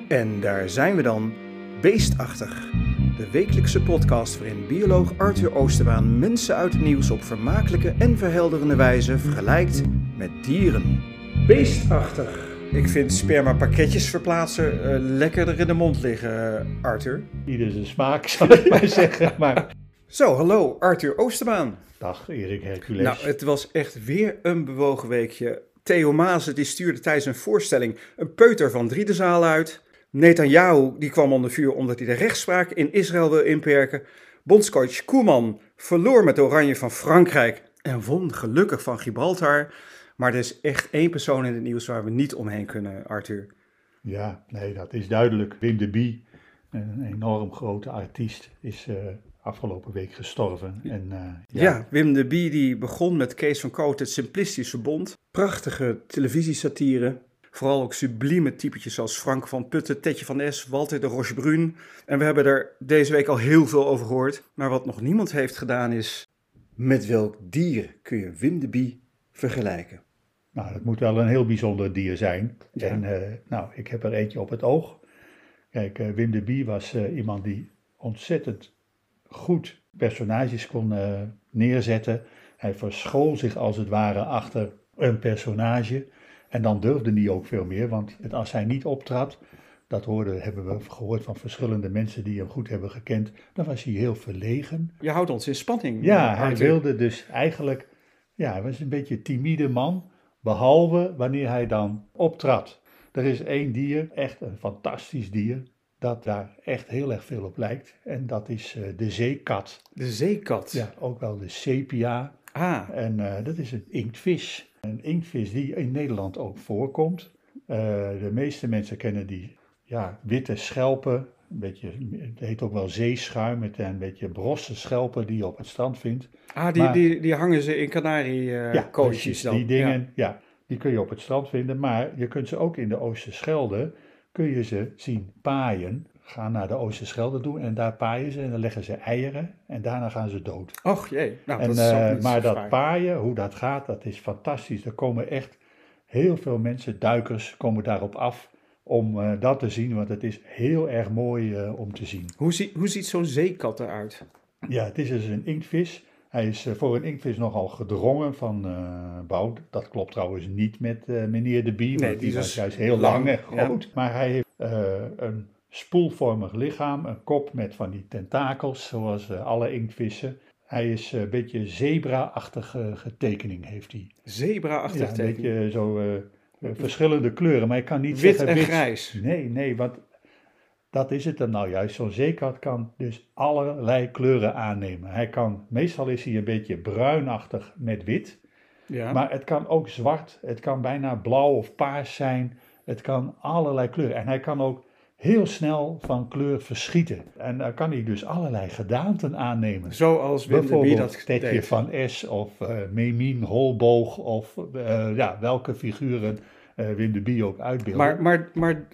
En daar zijn we dan, Beestachtig. De wekelijkse podcast waarin bioloog Arthur Oosterbaan mensen uit het nieuws op vermakelijke en verhelderende wijze vergelijkt met dieren. Beestachtig. Ik vind spermapakketjes verplaatsen lekkerder in de mond liggen, Arthur. Ieder zijn smaak, zal ik maar zeggen. Maar... Zo, hallo, Arthur Oosterbaan. Dag, Erik Hercules. Nou, het was echt weer een bewogen weekje. Theo Maassen die stuurde tijdens een voorstelling een peuter van 3 de zaal uit. Netanyahu die kwam onder vuur omdat hij de rechtspraak in Israël wil inperken. Bondscoach Koeman verloor met Oranje van Frankrijk en won gelukkig van Gibraltar. Maar er is echt één persoon in het nieuws waar we niet omheen kunnen, Arthur. Ja, nee, dat is duidelijk. Wim de Bie, een enorm grote artiest, is afgelopen week gestorven. En, ja, Wim de Bie die begon met Kees van Kooten het Simplistische Bond. Prachtige televisiesatire. Vooral ook sublieme typetjes zoals Frank van Putten, Tetje van Es, Walter de Rochebrune. En we hebben er deze week al heel veel over gehoord. Maar wat nog niemand heeft gedaan is, met welk dier kun je Wim de Bie vergelijken? Nou, dat moet wel een heel bijzonder dier zijn. Ja. En ik heb er eentje op het oog. Kijk, Wim de Bie was iemand die ontzettend goed personages kon neerzetten. Hij verschool zich als het ware achter een personage. En dan durfde hij ook veel meer, want als hij niet optrad, dat hebben we gehoord van verschillende mensen die hem goed hebben gekend, dan was hij heel verlegen. Je houdt ons in spanning. Ja, hij wilde dus eigenlijk, hij was een beetje een timide man, behalve wanneer hij dan optrad. Er is één dier, echt een fantastisch dier, dat daar echt heel erg veel op lijkt. En dat is de zeekat. De zeekat? Ja, ook wel de sepia. Ah. En dat is een inktvis. Een inktvis die in Nederland ook voorkomt. De meeste mensen kennen die witte schelpen. Een beetje, het heet ook wel zeeschuim met een beetje brosse schelpen die je op het strand vindt. Ah, die hangen ze in kanariekooitjes dan? Die dingen, die kun je op het strand vinden. Maar je kunt ze ook in de Oosterschelde, kun je ze zien paaien. Gaan naar de Oosterschelde toe en daar paaien ze en dan leggen ze eieren en daarna gaan ze dood. Och jee, nou, dat is ook niet maar zo dat fraai. paaien, hoe dat gaat, dat is fantastisch. Er komen echt heel veel mensen, duikers, komen daarop af om dat te zien, want het is heel erg mooi om te zien. Hoe ziet zo'n zeekat eruit? Ja, het is dus een inktvis. Hij is voor een inktvis nogal gedrongen van bouw. Dat klopt trouwens niet met meneer de Bie, want die was juist heel lang en groot. Ja. Maar hij heeft een spoelvormig lichaam, een kop met van die tentakels, zoals alle inktvissen. Hij is een beetje zebra-achtige tekening heeft hij. Zebra-achtige tekening? Een beetje zo verschillende kleuren, maar je kan niet wit zeggen en grijs? Nee, want dat is het dan nou juist. Zo'n zeekat kan dus allerlei kleuren aannemen. Meestal is hij een beetje bruinachtig met wit, maar het kan ook zwart, het kan bijna blauw of paars zijn. Het kan allerlei kleuren en hij kan ook heel snel van kleur verschieten. En dan kan hij dus allerlei gedaanten aannemen. Zoals Wim de Bie dat Tetje deed. van Es of Memien Holboog of welke figuren Wim de Bie ook uitbeelden. Maar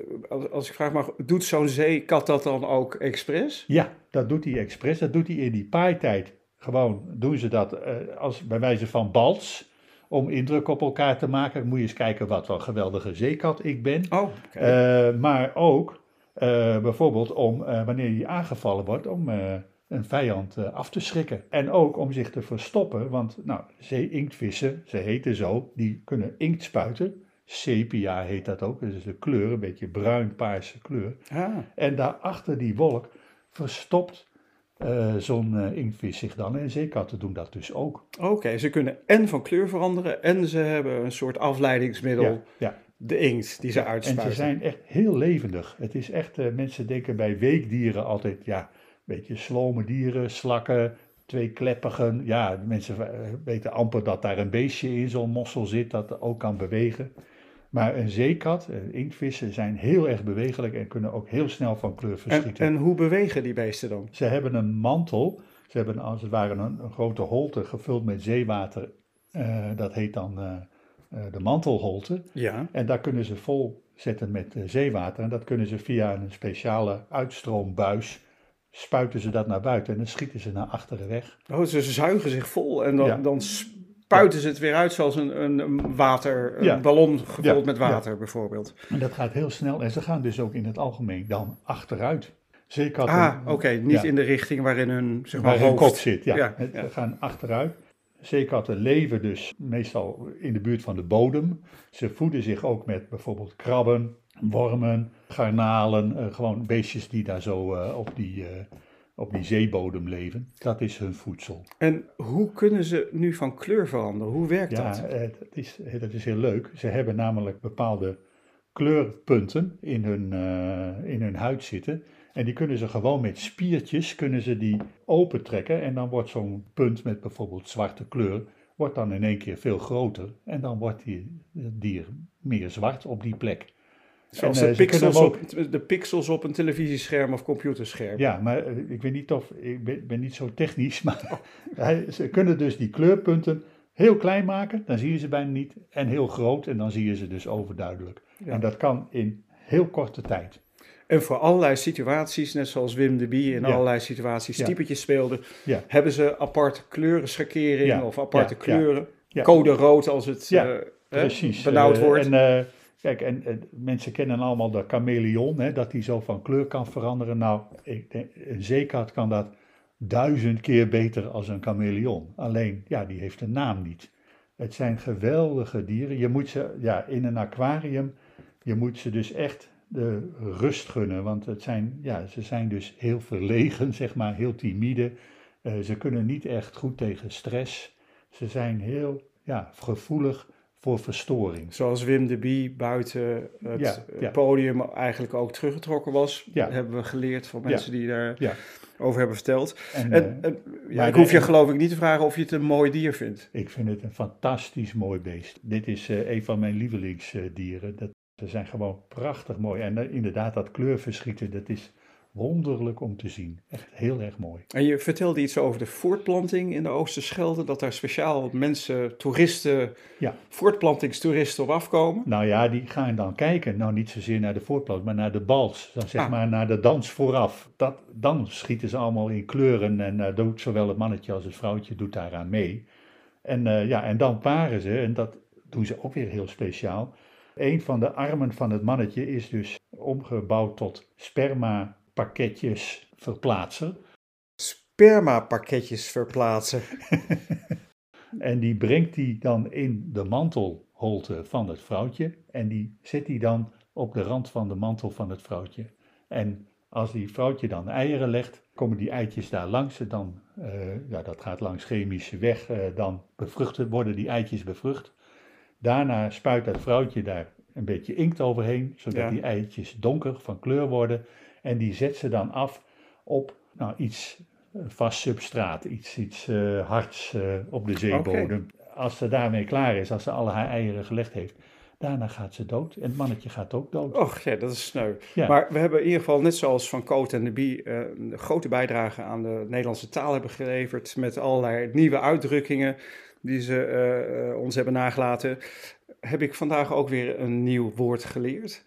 als ik vraag mag, doet zo'n zeekat dat dan ook expres? Ja, dat doet hij expres. Dat doet hij in die paaitijd. Gewoon doen ze dat als bij wijze van bals. Om indruk op elkaar te maken. Dan moet je eens kijken wat voor een geweldige zeekat ik ben. Oh, okay. Maar ook bijvoorbeeld om wanneer hij aangevallen wordt, om een vijand af te schrikken. En ook om zich te verstoppen, want zee-inktvissen, ze heten zo, die kunnen inkt spuiten. Sepia heet dat ook, dus de kleur, een beetje bruin-paarse kleur. Ah. En daarachter die wolk verstopt zo'n inktvis zich dan. En zeekatten doen dat dus ook. Oké, ze kunnen en van kleur veranderen en ze hebben een soort afleidingsmiddel. Ja. De inkt die ze uitspuiten. En ze zijn echt heel levendig. Het is echt, mensen denken bij weekdieren altijd, een beetje slome dieren, slakken, tweekleppigen. Ja, mensen weten amper dat daar een beestje in zo'n mossel zit dat ook kan bewegen. Maar een zeekat, inktvissen zijn heel erg bewegelijk en kunnen ook heel snel van kleur verschieten. En hoe bewegen die beesten dan? Ze hebben een mantel, ze hebben als het ware een grote holte gevuld met zeewater. Dat heet dan de mantelholte. Ja. En daar kunnen ze vol zetten met zeewater. En dat kunnen ze via een speciale uitstroombuis, spuiten ze dat naar buiten en dan schieten ze naar achteren weg. Oh, ze zuigen zich vol en dan spuiten ze het weer uit zoals een ballon gevuld met water bijvoorbeeld. En dat gaat heel snel en ze gaan dus ook in het algemeen dan achteruit. Zeekatten, niet in de richting waarin hun, waar hun kop zit. Ze gaan achteruit. Zeekatten leven dus meestal in de buurt van de bodem. Ze voeden zich ook met bijvoorbeeld krabben, wormen, garnalen, gewoon beestjes die daar zo op die zeebodem leven. Dat is hun voedsel. En hoe kunnen ze nu van kleur veranderen? Hoe werkt dat? Dat is heel leuk. Ze hebben namelijk bepaalde kleurpunten in hun huid zitten. En die kunnen ze gewoon met spiertjes die opentrekken. En dan wordt zo'n punt met bijvoorbeeld zwarte kleur, wordt dan in één keer veel groter. En dan wordt het dier meer zwart op die plek. Zoals de pixels op een televisiescherm of computerscherm. Ja, maar ik weet niet ik ben niet zo technisch, maar ze kunnen dus die kleurpunten heel klein maken, dan zie je ze bijna niet. En heel groot, en dan zie je ze dus overduidelijk. Ja. En dat kan in heel korte tijd. En voor allerlei situaties, net zoals Wim de Bie in allerlei situaties typetjes speelde, hebben ze aparte kleurenschakering of aparte kleuren. Ja. Code rood als het benauwd wordt. Kijk, en mensen kennen allemaal de chameleon, dat die zo van kleur kan veranderen. Nou, een zeekat kan dat 1000 keer beter als een chameleon. Alleen, die heeft een naam niet. Het zijn geweldige dieren. Je moet ze, in een aquarium, je moet ze dus echt de rust gunnen. Want ze zijn dus heel verlegen, zeg maar, heel timide. Ze kunnen niet echt goed tegen stress. Ze zijn heel gevoelig voor verstoring. Zoals Wim de Bie buiten het podium eigenlijk ook teruggetrokken was. Ja. Hebben we geleerd van mensen die daarover hebben verteld. Ik hoef je geloof ik niet te vragen of je het een mooi dier vindt. Ik vind het een fantastisch mooi beest. Dit is een van mijn lievelingsdieren. Ze zijn gewoon prachtig mooi. En inderdaad, dat kleurverschieten, dat is wonderlijk om te zien. Echt heel erg mooi. En je vertelde iets over de voortplanting in de Oosterschelde, dat daar speciaal mensen, toeristen, voortplantingstoeristen op afkomen. Nou ja, die gaan dan kijken, nou niet zozeer naar de voortplanting, maar naar de bals. Dan zeg maar naar de dans vooraf. Dan schieten ze allemaal in kleuren en doet zowel het mannetje als het vrouwtje doet daaraan mee. En dan paren ze, en dat doen ze ook weer heel speciaal. Een van de armen van het mannetje is dus omgebouwd tot spermapakketjes verplaatsen. Spermapakketjes verplaatsen. En die brengt hij dan in de mantelholte van het vrouwtje. En die zet hij dan op de rand van de mantel van het vrouwtje. En als die vrouwtje dan eieren legt, komen die eitjes daar langs. En dan, dat gaat langs chemische weg. Dan worden die eitjes bevrucht. Daarna spuit dat vrouwtje daar een beetje inkt overheen, zodat die eitjes donker van kleur worden. En die zet ze dan af op iets vast substraat, iets hards op de zeebodem. Okay. Als ze daarmee klaar is, als ze alle haar eieren gelegd heeft, daarna gaat ze dood. En het mannetje gaat ook dood. Och ja, dat is sneu. Ja. Maar we hebben in ieder geval, net zoals Van Coot en de Bie, een grote bijdrage aan de Nederlandse taal hebben geleverd met allerlei nieuwe uitdrukkingen die ze ons hebben nagelaten, heb ik vandaag ook weer een nieuw woord geleerd.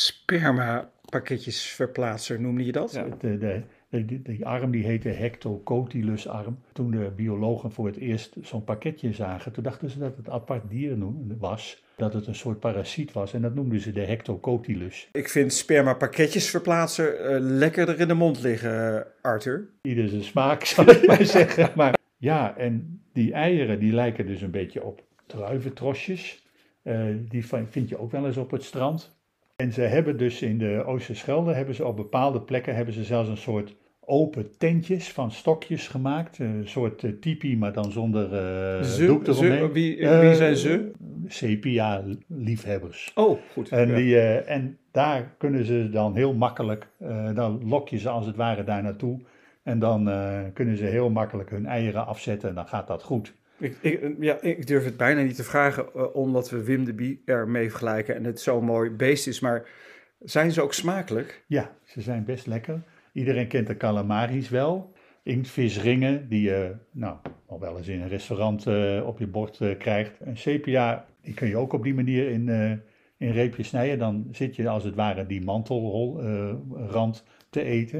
Spermapakketjesverplaatser noemde je dat? Ja. Die arm die heette Hectocotylusarm. Toen de biologen voor het eerst zo'n pakketje zagen, toen dachten ze dat het apart dier was. Dat het een soort parasiet was en dat noemden ze de Hectocotylus. Ik vind spermapakketjesverplaatser lekkerder in de mond liggen, Arthur. Ieder zijn smaak, zal ik maar zeggen. Maar ja, en die eieren die lijken dus een beetje op druiventrosjes. Die vind je ook wel eens op het strand. En ze hebben dus in de Oosterschelde, op bepaalde plekken zelfs een soort open tentjes van stokjes gemaakt. Een soort tipi, maar dan zonder doek eromheen. Wie zijn ze? Sepia-liefhebbers. Oh, goed. En daar kunnen ze dan heel makkelijk, dan lok je ze als het ware daar naartoe. En dan kunnen ze heel makkelijk hun eieren afzetten en dan gaat dat goed. Ik durf het bijna niet te vragen, omdat we Wim de Bie ermee vergelijken en het zo'n mooi beest is. Maar zijn ze ook smakelijk? Ja, ze zijn best lekker. Iedereen kent de calamaris wel. Inktvisringen die je al wel eens in een restaurant op je bord krijgt. Een sepia, die kun je ook op die manier in reepjes snijden. Dan zit je als het ware die mantelrand te eten.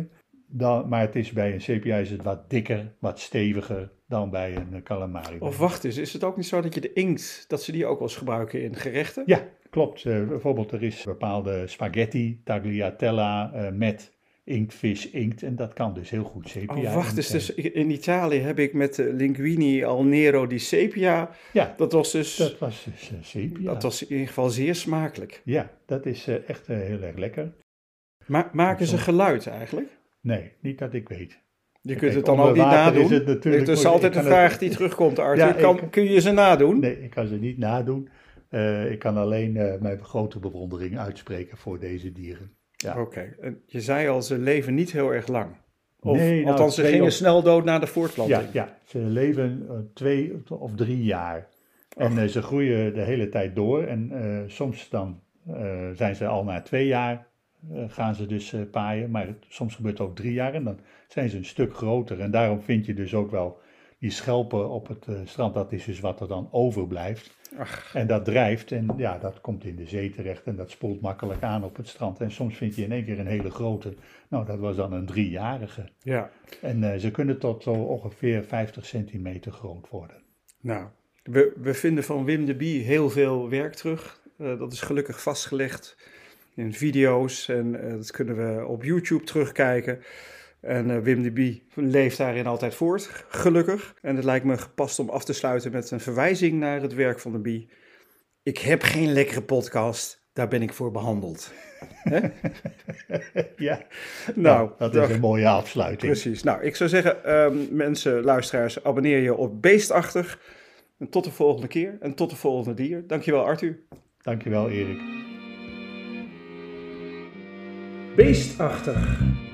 Maar het is bij een sepia is het wat dikker, wat steviger dan bij een calamari. Of wacht eens, is het ook niet zo dat je de inkt, dat ze die ook wel eens gebruiken in gerechten? Ja, klopt. Bijvoorbeeld er is bepaalde spaghetti, tagliatella met inktvis, inkt. En dat kan dus heel goed sepia. Oh, wacht eens, dus in Italië heb ik met de linguini al nero di sepia. Ja, dat was dus sepia. Dat was in ieder geval zeer smakelijk. Ja, dat is echt heel erg lekker. Maken ze geluid eigenlijk? Nee, niet dat ik weet. Je kunt het dan ook niet nadoen. Het is altijd een vraag die terugkomt, Arthur. Ja, kun je ze nadoen? Nee, ik kan ze niet nadoen. Ik kan alleen mijn grote bewondering uitspreken voor deze dieren. Ja. Oké. Je zei al, ze leven niet heel erg lang. Nee, althans, ze gingen snel dood na de voortplanting. Ja, ze leven 2 of 3 jaar. En ze groeien de hele tijd door. En soms dan zijn ze al na 2 jaar gaan ze dus paaien. Maar soms gebeurt het ook 3 jaar en dan zijn ze een stuk groter. En daarom vind je dus ook wel die schelpen op het strand. Dat is dus wat er dan overblijft. Ach. En dat drijft en ja, dat komt in de zee terecht en dat spoelt makkelijk aan op het strand. En soms vind je in één keer een hele grote. Nou, dat was dan een 3-jarige. Ja. En ze kunnen tot zo ongeveer 50 centimeter groot worden. Nou, we vinden van Wim de Bie heel veel werk terug. Dat is gelukkig vastgelegd in video's en dat kunnen we op YouTube terugkijken. En Wim de Bie leeft daarin altijd voort, gelukkig. En het lijkt me gepast om af te sluiten met een verwijzing naar het werk van de Bie. Ik heb geen lekkere podcast, daar ben ik voor behandeld. Ja, nou, dat is een mooie afsluiting. Precies. Nou, ik zou zeggen, mensen, luisteraars, abonneer je op Beestachtig. En tot de volgende keer en tot de volgende dier. Dankjewel, Arthur. Dankjewel, Erik. Beestachtig.